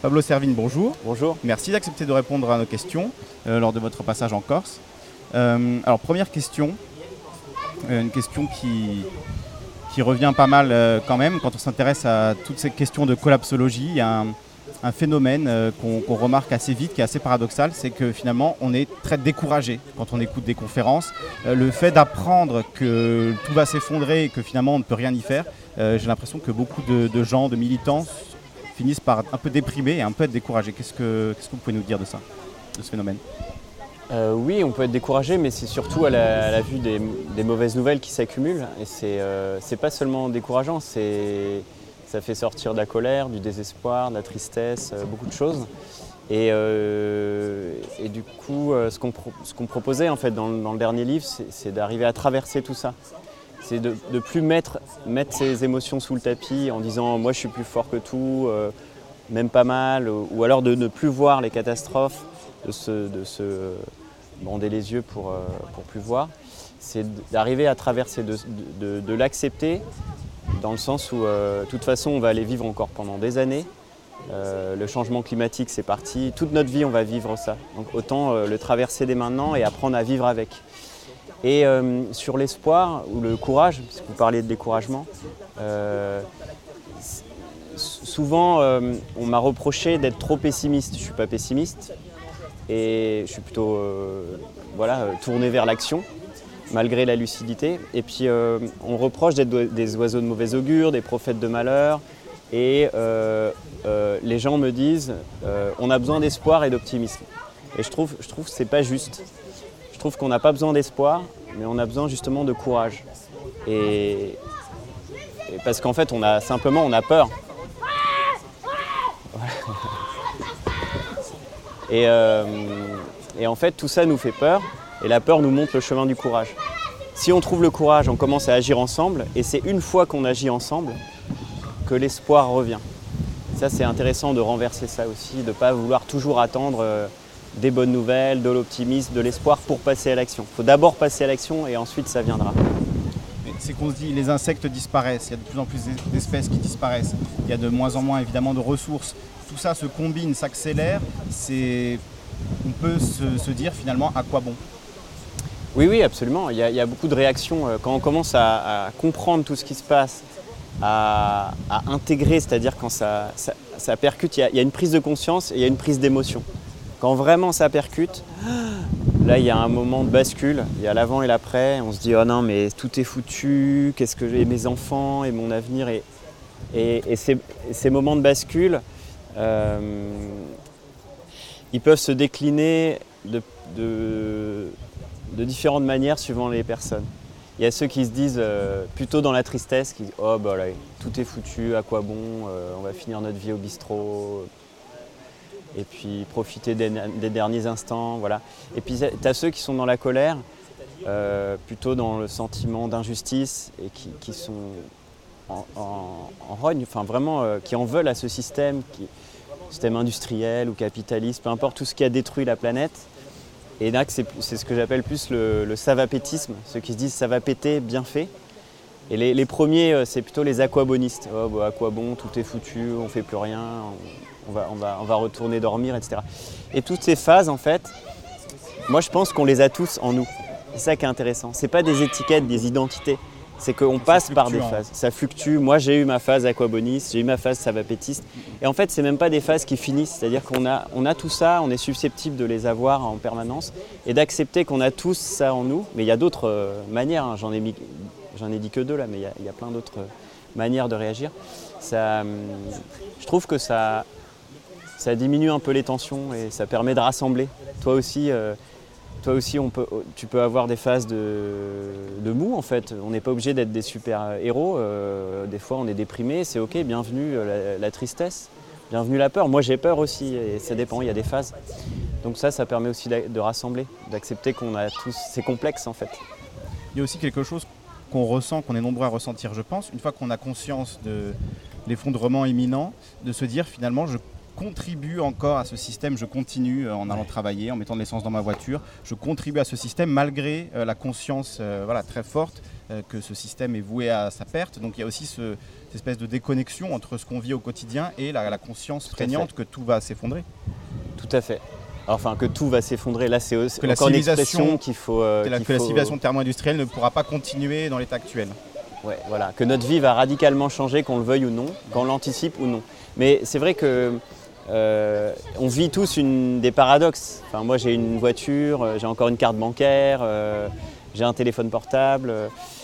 Pablo Servigne, bonjour. Bonjour. Merci d'accepter de répondre à nos questions lors de votre passage en Corse. Alors, première question, une question qui revient pas mal quand même. Quand on s'intéresse à toutes ces questions de collapsologie, il y a un phénomène qu'on remarque assez vite, qui est assez paradoxal, c'est que finalement, on est très découragé quand on écoute des conférences. Le fait d'apprendre que tout va s'effondrer et que finalement, on ne peut rien y faire, j'ai l'impression que beaucoup de gens, de militants, finissent par un peu déprimés et un peu être découragés. Qu'est-ce que vous pouvez nous dire de ça, de ce phénomène ? Oui, on peut être découragé, mais c'est surtout à la vue des mauvaises nouvelles qui s'accumulent. Et c'est pas seulement décourageant, ça fait sortir de la colère, du désespoir, de la tristesse, beaucoup de choses. Et du coup, ce qu'on proposait en fait dans le dernier livre, c'est d'arriver à traverser tout ça. C'est de ne plus mettre ses émotions sous le tapis en disant « moi je suis plus fort que tout, même pas mal », ou alors de ne plus voir les catastrophes, de se bander les yeux pour plus voir. C'est d'arriver à traverser, de l'accepter, dans le sens où de toute façon on va aller vivre encore pendant des années. Le changement climatique c'est parti, toute notre vie on va vivre ça. Donc autant le traverser dès maintenant et apprendre à vivre avec. Et sur l'espoir ou le courage, puisque vous parliez de découragement, souvent on m'a reproché d'être trop pessimiste. Je ne suis pas pessimiste et je suis plutôt tourné vers l'action, malgré la lucidité. Et puis on reproche d'être des oiseaux de mauvais augure, des prophètes de malheur. Et les gens me disent on a besoin d'espoir et d'optimisme. Et je trouve que ce n'est pas juste. Je trouve qu'on n'a pas besoin d'espoir, mais on a besoin justement de courage. Et parce qu'en fait, on a peur. Et en fait, tout ça nous fait peur, et la peur nous montre le chemin du courage. Si on trouve le courage, on commence à agir ensemble, et c'est une fois qu'on agit ensemble que l'espoir revient. Ça, c'est intéressant de renverser ça aussi, de ne pas vouloir toujours attendre des bonnes nouvelles, de l'optimisme, de l'espoir pour passer à l'action. Il faut d'abord passer à l'action et ensuite ça viendra. C'est qu'on se dit les insectes disparaissent, il y a de plus en plus d'espèces qui disparaissent, il y a de moins en moins évidemment de ressources. Tout ça se combine, s'accélère, on peut se dire finalement à quoi bon ? Oui, absolument. Il y a beaucoup de réactions. Quand on commence à comprendre tout ce qui se passe, à intégrer, c'est-à-dire quand ça percute, il y a une prise de conscience et il y a une prise d'émotion. Quand vraiment ça percute, là il y a un moment de bascule, il y a l'avant et l'après, on se dit « oh non mais tout est foutu, qu'est-ce que j'ai, mes enfants et mon avenir » et ces moments de bascule, ils peuvent se décliner de différentes manières suivant les personnes. Il y a ceux qui se disent plutôt dans la tristesse, qui disent « oh bah là, tout est foutu, à quoi bon, on va finir notre vie au bistrot ». Et puis profiter des derniers instants, voilà. Et puis tu as ceux qui sont dans la colère, plutôt dans le sentiment d'injustice et qui sont en rogne, enfin vraiment qui en veulent à ce système industriel ou capitaliste, peu importe tout ce qui a détruit la planète. Et là c'est ce que j'appelle plus le ça-va-pétisme, ceux qui se disent ça va péter, bien fait. Et les premiers, c'est plutôt les aquabonistes. Oh, bah, à quoi bon, tout est foutu, on ne fait plus rien, on va retourner dormir, etc. Et toutes ces phases, en fait, moi je pense qu'on les a tous en nous. C'est ça qui est intéressant. Ce n'est pas des étiquettes, des identités. C'est qu'on passe par des phases. Ça fluctue. Moi j'ai eu ma phase aquaboniste, j'ai eu ma phase savapétiste. Et en fait, ce n'est même pas des phases qui finissent. C'est-à-dire qu'on a tout ça, on est susceptible de les avoir en permanence et d'accepter qu'on a tous ça en nous. Mais il y a d'autres manières, hein. J'en ai dit que 2 là, mais il y a plein d'autres manières de réagir. Je trouve que ça diminue un peu les tensions et ça permet de rassembler. Toi aussi, tu peux avoir des phases de mou en fait. On n'est pas obligé d'être des super-héros. Des fois, on est déprimé, c'est ok. Bienvenue la tristesse, bienvenue la peur. Moi, j'ai peur aussi et ça dépend, il y a des phases. Donc ça permet aussi de rassembler, d'accepter qu'on a tous ces complexes en fait. Il y a aussi quelque chose qu'on ressent, qu'on est nombreux à ressentir, je pense, une fois qu'on a conscience de l'effondrement imminent, de se dire finalement contribue encore à ce système, je continue en allant travailler, en mettant de l'essence dans ma voiture, je contribue à ce système malgré la conscience très forte que ce système est voué à sa perte. Donc il y a aussi cette espèce de déconnexion entre ce qu'on vit au quotidien et la conscience prégnante que tout va s'effondrer. Tout à fait. Enfin, que tout va s'effondrer, là c'est que encore une expression qu'il faut... que la civilisation thermo-industrielle ne pourra pas continuer dans l'état actuel. Ouais, voilà, que notre vie va radicalement changer, qu'on le veuille ou non, qu'on l'anticipe ou non. Mais c'est vrai que on vit tous des paradoxes. Enfin, moi j'ai une voiture, j'ai encore une carte bancaire, j'ai un téléphone portable.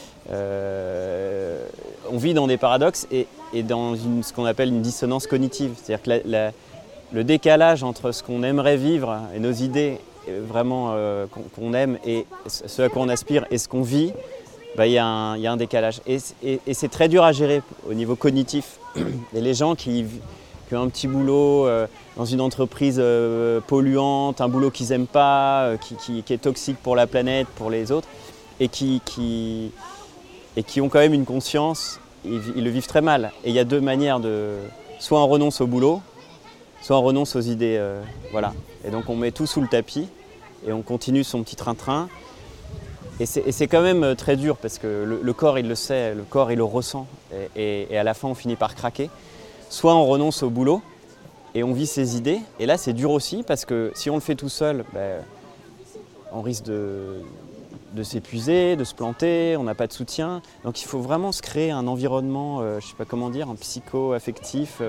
On vit dans des paradoxes et dans ce qu'on appelle une dissonance cognitive. C'est-à-dire que le décalage entre ce qu'on aimerait vivre et nos idées vraiment qu'on aime et ce à quoi on aspire et ce qu'on vit, il y a un décalage. Et c'est très dur à gérer au niveau cognitif. Et les gens qui ont un petit boulot dans une entreprise polluante, un boulot qu'ils n'aiment pas, qui est toxique pour la planète, pour les autres, et qui ont quand même une conscience, ils le vivent très mal. Et il y a deux manières soit on renonce au boulot, soit on renonce aux idées. Voilà. Et donc on met tout sous le tapis et on continue son petit train-train. Et c'est quand même très dur parce que le corps il le sait, le corps il le ressent et à la fin on finit par craquer. Soit on renonce au boulot et on vit ses idées. Et là c'est dur aussi parce que si on le fait tout seul, on risque de s'épuiser, de se planter, on n'a pas de soutien. Donc il faut vraiment se créer un environnement, je ne sais pas comment dire, un psycho-affectif,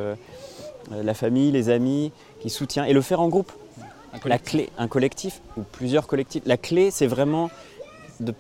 la famille, les amis qui soutient et le faire en groupe. La clé, un collectif ou plusieurs collectifs. La clé c'est vraiment de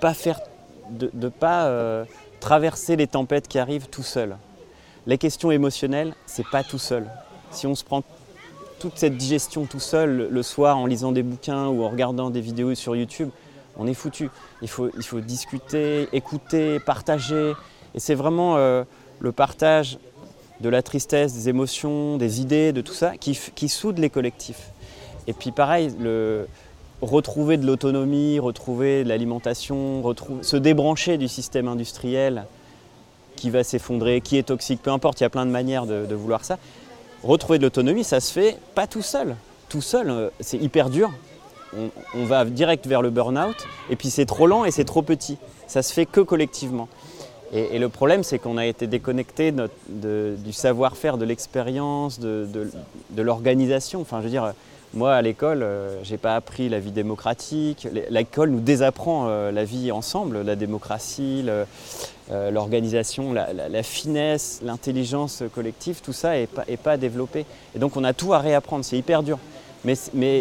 ne pas traverser les tempêtes qui arrivent tout seul. Les questions émotionnelles, c'est pas tout seul. Si on se prend toute cette digestion tout seul le soir en lisant des bouquins ou en regardant des vidéos sur YouTube, on est foutu. Il faut discuter, écouter, partager. Et c'est vraiment le partage de la tristesse, des émotions, des idées, de tout ça qui soude les collectifs. Et puis pareil, retrouver de l'autonomie, retrouver de l'alimentation, se débrancher du système industriel qui va s'effondrer, qui est toxique, peu importe, il y a plein de manières de vouloir ça. Retrouver de l'autonomie, ça se fait pas tout seul. Tout seul, c'est hyper dur. On va direct vers le burn-out et puis c'est trop lent et c'est trop petit. Ça se fait que collectivement. Et le problème, c'est qu'on a été déconnecté du savoir-faire, de l'expérience, de l'organisation. Enfin, je veux dire, moi, à l'école, je n'ai pas appris la vie démocratique. L'école nous désapprend la vie ensemble, la démocratie, l'organisation, la finesse, l'intelligence collective, tout ça n'est pas développé. Et donc, on a tout à réapprendre. C'est hyper dur. Mais ce n'est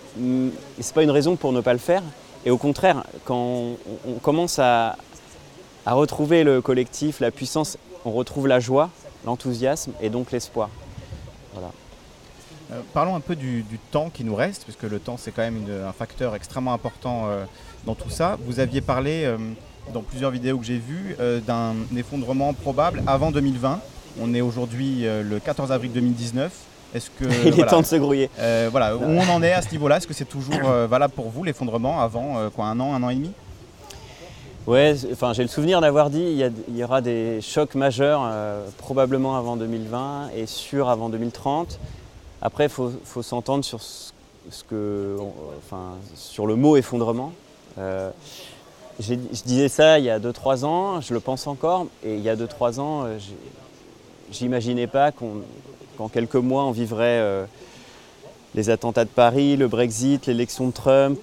pas une raison pour ne pas le faire. Et au contraire, quand on commence à retrouver le collectif, la puissance, on retrouve la joie, l'enthousiasme et donc l'espoir. Voilà. Parlons un peu du temps qui nous reste, puisque le temps c'est quand même un facteur extrêmement important dans tout ça. Vous aviez parlé dans plusieurs vidéos que j'ai vues d'un effondrement probable avant 2020. On est aujourd'hui le 14 avril 2019. Est-ce que, Il est temps de se grouiller. Où on en est à ce niveau-là? Est-ce que c'est toujours valable pour vous, l'effondrement, avant un an et demi? Ouais, enfin, j'ai le souvenir d'avoir dit il y aura des chocs majeurs probablement avant 2020 et sûr avant 2030. Après, il faut s'entendre sur sur le mot effondrement. Je disais ça il y a 2-3 ans, je le pense encore, et il y a 2-3 ans, j'imaginais pas qu'en quelques mois on vivrait les attentats de Paris, le Brexit, l'élection de Trump,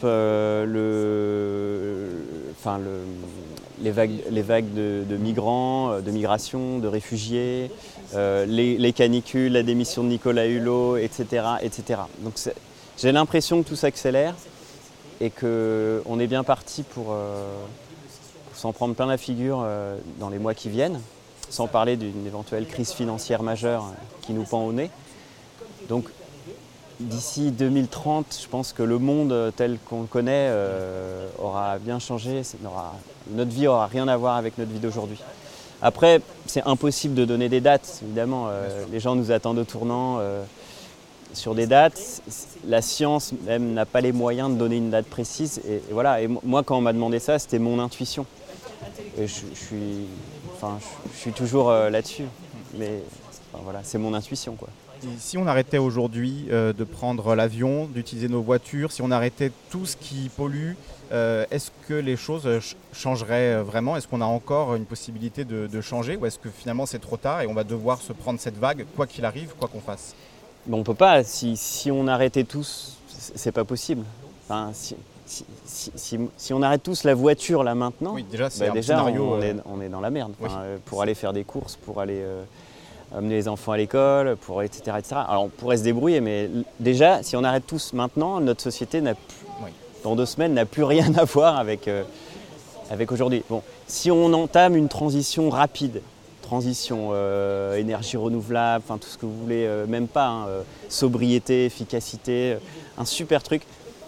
les vagues de migrants, de migration, de réfugiés, les canicules, la démission de Nicolas Hulot, etc. etc. Donc j'ai l'impression que tout s'accélère et qu'on est bien parti pour s'en prendre plein la figure dans les mois qui viennent, sans parler d'une éventuelle crise financière majeure qui nous pend au nez. Donc d'ici 2030, je pense que le monde tel qu'on le connaît aura bien changé. Notre vie n'aura rien à voir avec notre vie d'aujourd'hui. Après, c'est impossible de donner des dates, évidemment. Les gens nous attendent au tournant sur des dates. La science même n'a pas les moyens de donner une date précise. Et voilà. Et moi, quand on m'a demandé ça, c'était mon intuition. Et je suis toujours là-dessus. Mais voilà, c'est mon intuition, quoi. Et si on arrêtait aujourd'hui de prendre l'avion, d'utiliser nos voitures, si on arrêtait tout ce qui pollue, est-ce que les choses changeraient vraiment? Est-ce qu'on a encore une possibilité de changer ou est-ce que finalement c'est trop tard et on va devoir se prendre cette vague quoi qu'il arrive, quoi qu'on fasse? On ne peut pas, si on arrêtait tous, c'est pas possible. Enfin, si on arrête tous la voiture là maintenant, oui, déjà, c'est un scénario, on est dans la merde. Oui. Pour aller faire des courses, pour aller amener les enfants à l'école, etc., etc. Alors on pourrait se débrouiller, mais déjà, si on arrête tous maintenant, notre société dans 2 semaines n'a plus rien à voir avec aujourd'hui. Bon, si on entame une transition rapide, énergie renouvelable, enfin tout ce que vous voulez, même pas, sobriété, efficacité, un super truc,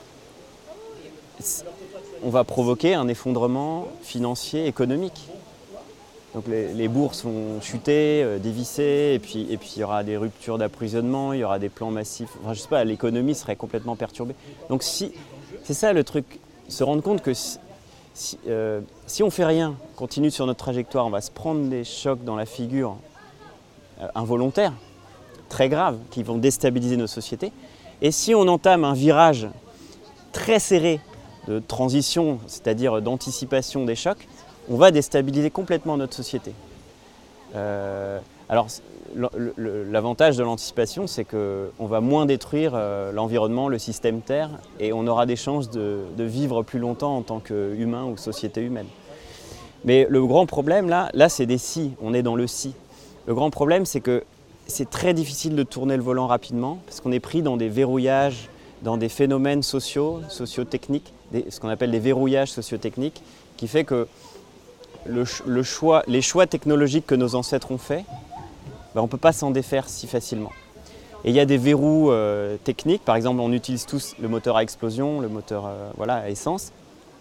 on va provoquer un effondrement financier, économique. Donc les bourses vont chuter, dévisser, et puis il y aura des ruptures d'approvisionnement, il y aura des plans massifs. Enfin, je sais pas, l'économie serait complètement perturbée. Donc c'est ça le truc, se rendre compte que si on fait rien, continue sur notre trajectoire, on va se prendre des chocs dans la figure involontaires, très graves, qui vont déstabiliser nos sociétés. Et si on entame un virage très serré de transition, c'est-à-dire d'anticipation des chocs, on va déstabiliser complètement notre société. Alors, l'avantage de l'anticipation, c'est qu'on va moins détruire l'environnement, le système Terre, et on aura des chances de vivre plus longtemps en tant qu'humain ou société humaine. Mais le grand problème, là c'est des si, on est dans le si. Le grand problème, c'est que c'est très difficile de tourner le volant rapidement, parce qu'on est pris dans des verrouillages, dans des phénomènes socio-techniques, ce qu'on appelle des verrouillages socio-techniques, qui fait que les choix technologiques que nos ancêtres ont faits, on ne peut pas s'en défaire si facilement. Et il y a des verrous techniques, par exemple on utilise tous le moteur à explosion, le moteur à essence.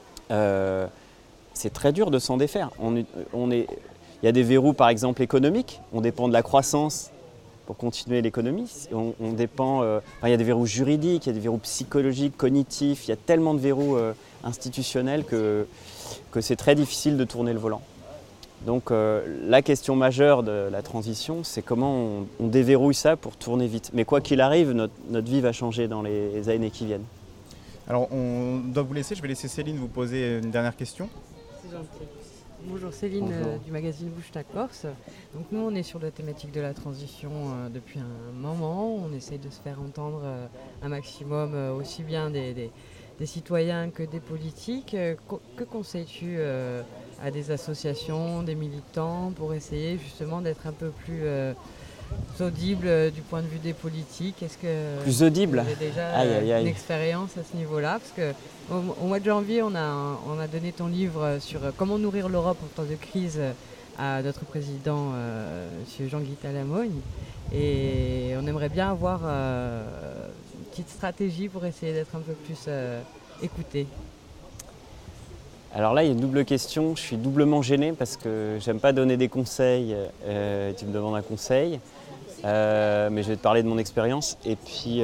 C'est très dur de s'en défaire. Il y a des verrous par exemple économiques, on dépend de la croissance pour continuer l'économie. On dépend, il y a des verrous juridiques, il y a des verrous psychologiques, cognitifs, il y a tellement de verrous institutionnels que c'est très difficile de tourner le volant. Donc la question majeure de la transition, c'est comment on déverrouille ça pour tourner vite. Mais quoi qu'il arrive, notre vie va changer dans les années qui viennent. Alors on doit vous laisser, je vais laisser Céline vous poser une dernière question. C'est gentil. Bonjour Céline. Bonjour. Du magazine Bouge ta Corse. Donc nous on est sur la thématique de la transition depuis un moment. On essaye de se faire entendre un maximum aussi bien des citoyens que des politiques. Que conseilles-tu à des associations, des militants pour essayer justement d'être un peu plus audible du point de vue des politiques? Est-ce que plus audible? vous avez déjà une expérience à ce niveau-là? Parce que au mois de janvier, on a donné ton livre sur comment nourrir l'Europe en temps de crise à notre président, M. Jean-Guy Talamogne. Et on aimerait bien avoir une petite stratégie pour essayer d'être un peu plus écouté. Alors là, il y a une double question. Je suis doublement gêné parce que j'aime pas donner des conseils. Tu me demandes un conseil, mais je vais te parler de mon expérience. Et puis,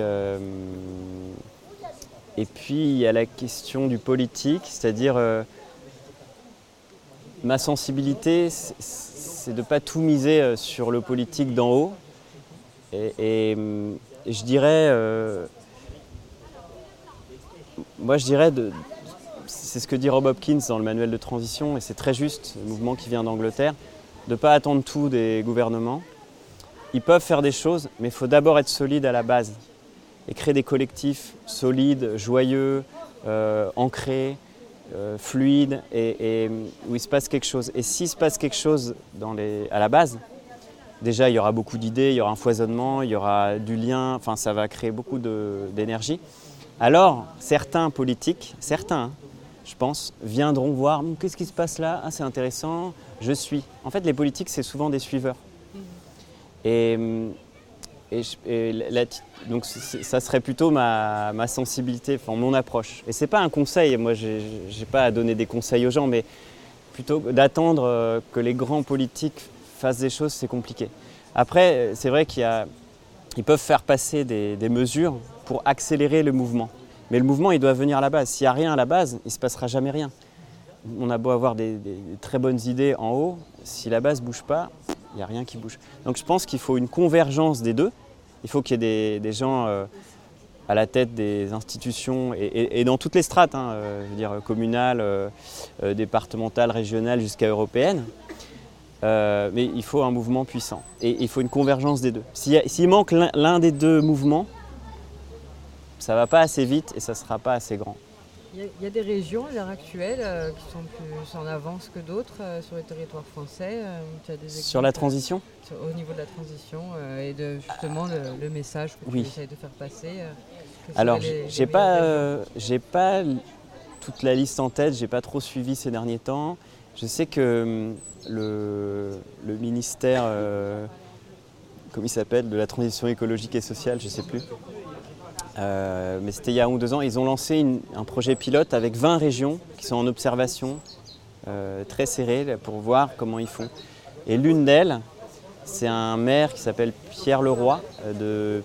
il y a la question du politique, c'est-à-dire ma sensibilité, c'est de ne pas tout miser sur le politique d'en haut. Et je dirais, c'est ce que dit Rob Hopkins dans le manuel de transition, et c'est très juste, le mouvement qui vient d'Angleterre, de ne pas attendre tout des gouvernements. Ils peuvent faire des choses, mais il faut d'abord être solide à la base et créer des collectifs solides, joyeux, ancrés, fluides, et où il se passe quelque chose. Et s'il se passe quelque chose à la base, déjà il y aura beaucoup d'idées, il y aura un foisonnement, il y aura du lien, enfin ça va créer beaucoup d'énergie. Alors certains politiques, je pense, viendront voir qu'est-ce qui se passe là, c'est intéressant, je suis. En fait, les politiques, c'est souvent des suiveurs. Donc ça serait plutôt ma sensibilité, enfin mon approche. Et c'est pas un conseil, moi j'ai pas à donner des conseils aux gens, mais plutôt d'attendre que les grands politiques fassent des choses, c'est compliqué. Après, c'est vrai qu'ils peuvent faire passer des mesures pour accélérer le mouvement. Mais le mouvement, il doit venir à la base. S'il n'y a rien à la base, il ne se passera jamais rien. On a beau avoir des très bonnes idées en haut, si la base ne bouge pas, il n'y a rien qui bouge. Donc je pense qu'il faut une convergence des deux, Il faut qu'il y ait des gens à la tête des institutions et dans toutes les strates, je veux dire communales, départementales, régionales jusqu'à européennes. Mais il faut un mouvement puissant et il faut une convergence des deux. S'il manque l'un des deux mouvements, ça ne va pas assez vite et ça ne sera pas assez grand. Il y a des régions à l'heure actuelle qui sont plus en avance que d'autres sur le territoire français. Tu as des sur la transition au niveau de la transition et de justement le message que tu essayes de faire passer. Alors, j'ai pas toute la liste en tête, j'ai pas trop suivi ces derniers temps. Je sais que le ministère, comment il s'appelle, de la transition écologique et sociale, je sais plus. Mais c'était il y a 1 ou 2 ans, ils ont lancé un projet pilote avec 20 régions qui sont en observation très serrée pour voir comment ils font. Et l'une d'elles, c'est un maire qui s'appelle Pierre Leroy de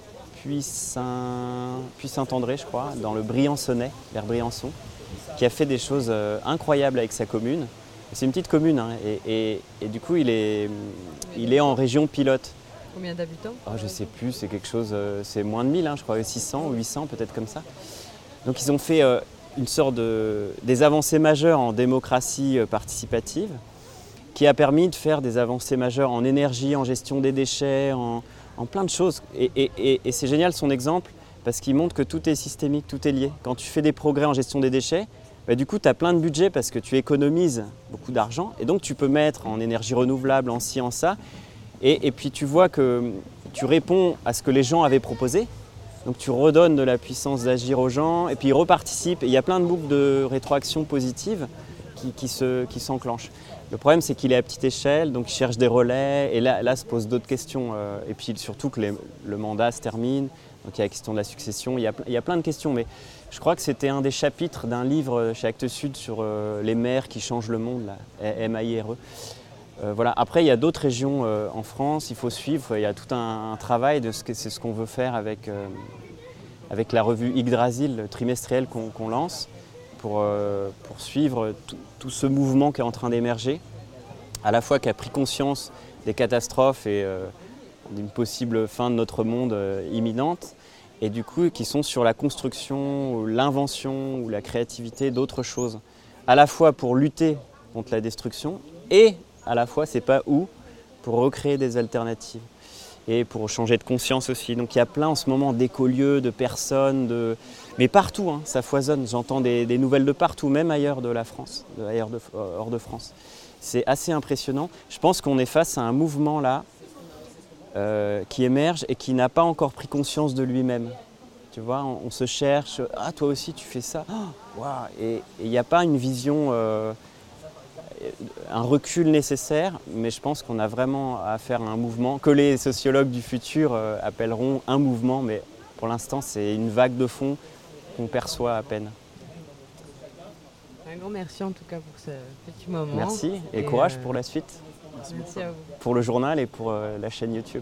Puy-Saint-André, je crois, dans le Briançonnais, vers Briançon, qui a fait des choses incroyables avec sa commune. C'est une petite commune et du coup il est en région pilote. Combien d'habitants ? Je ne sais plus, c'est quelque chose, c'est moins de 1000, je crois, 600 ou 800 peut-être comme ça. Donc ils ont fait une sorte des avancées majeures en démocratie participative qui a permis de faire des avancées majeures en énergie, en gestion des déchets, en plein de choses. Et c'est génial son exemple parce qu'il montre que tout est systémique, tout est lié. Quand tu fais des progrès en gestion des déchets, du coup tu as plein de budget parce que tu économises beaucoup d'argent et donc tu peux mettre en énergie renouvelable, en ci, en ça. Et puis tu vois que tu réponds à ce que les gens avaient proposé. Donc tu redonnes de la puissance d'agir aux gens et puis ils reparticipent. Et il y a plein de boucles de rétroaction positive qui s'enclenchent. Le problème, c'est qu'il est à petite échelle, donc il cherche des relais. Et là se posent d'autres questions. Et puis surtout que le mandat se termine. Donc il y a la question de la succession. Il y a plein de questions. Mais je crois que c'était un des chapitres d'un livre chez Actes Sud sur les maires qui changent le monde, là, MAIRE. Voilà. Après, il y a d'autres régions en France, il faut suivre. Il y a tout un travail c'est ce qu'on veut faire avec la revue Yggdrasil trimestrielle qu'on lance pour suivre tout ce mouvement qui est en train d'émerger, à la fois qui a pris conscience des catastrophes et d'une possible fin de notre monde imminente, et du coup qui sont sur la construction, ou l'invention ou la créativité d'autres choses, à la fois pour lutter contre la destruction et à la fois, c'est pas où, pour recréer des alternatives et pour changer de conscience aussi. Donc il y a plein en ce moment d'écolieux, de personnes, mais partout, ça foisonne. J'entends des nouvelles de partout, même ailleurs de la France, hors de France. C'est assez impressionnant. Je pense qu'on est face à un mouvement là qui émerge et qui n'a pas encore pris conscience de lui-même. Tu vois, on se cherche. Ah, toi aussi, tu fais ça. Oh, wow. Et il n'y a pas une vision. Un recul nécessaire, mais je pense qu'on a vraiment affaire à un mouvement que les sociologues du futur appelleront un mouvement, mais pour l'instant c'est une vague de fond qu'on perçoit à peine. Un grand merci en tout cas pour ce petit moment. Merci et courage pour la suite. Merci à vous. Pour le journal et pour la chaîne YouTube.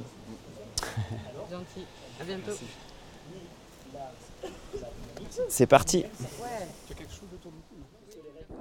Gentil, à bientôt. C'est parti. Ouais.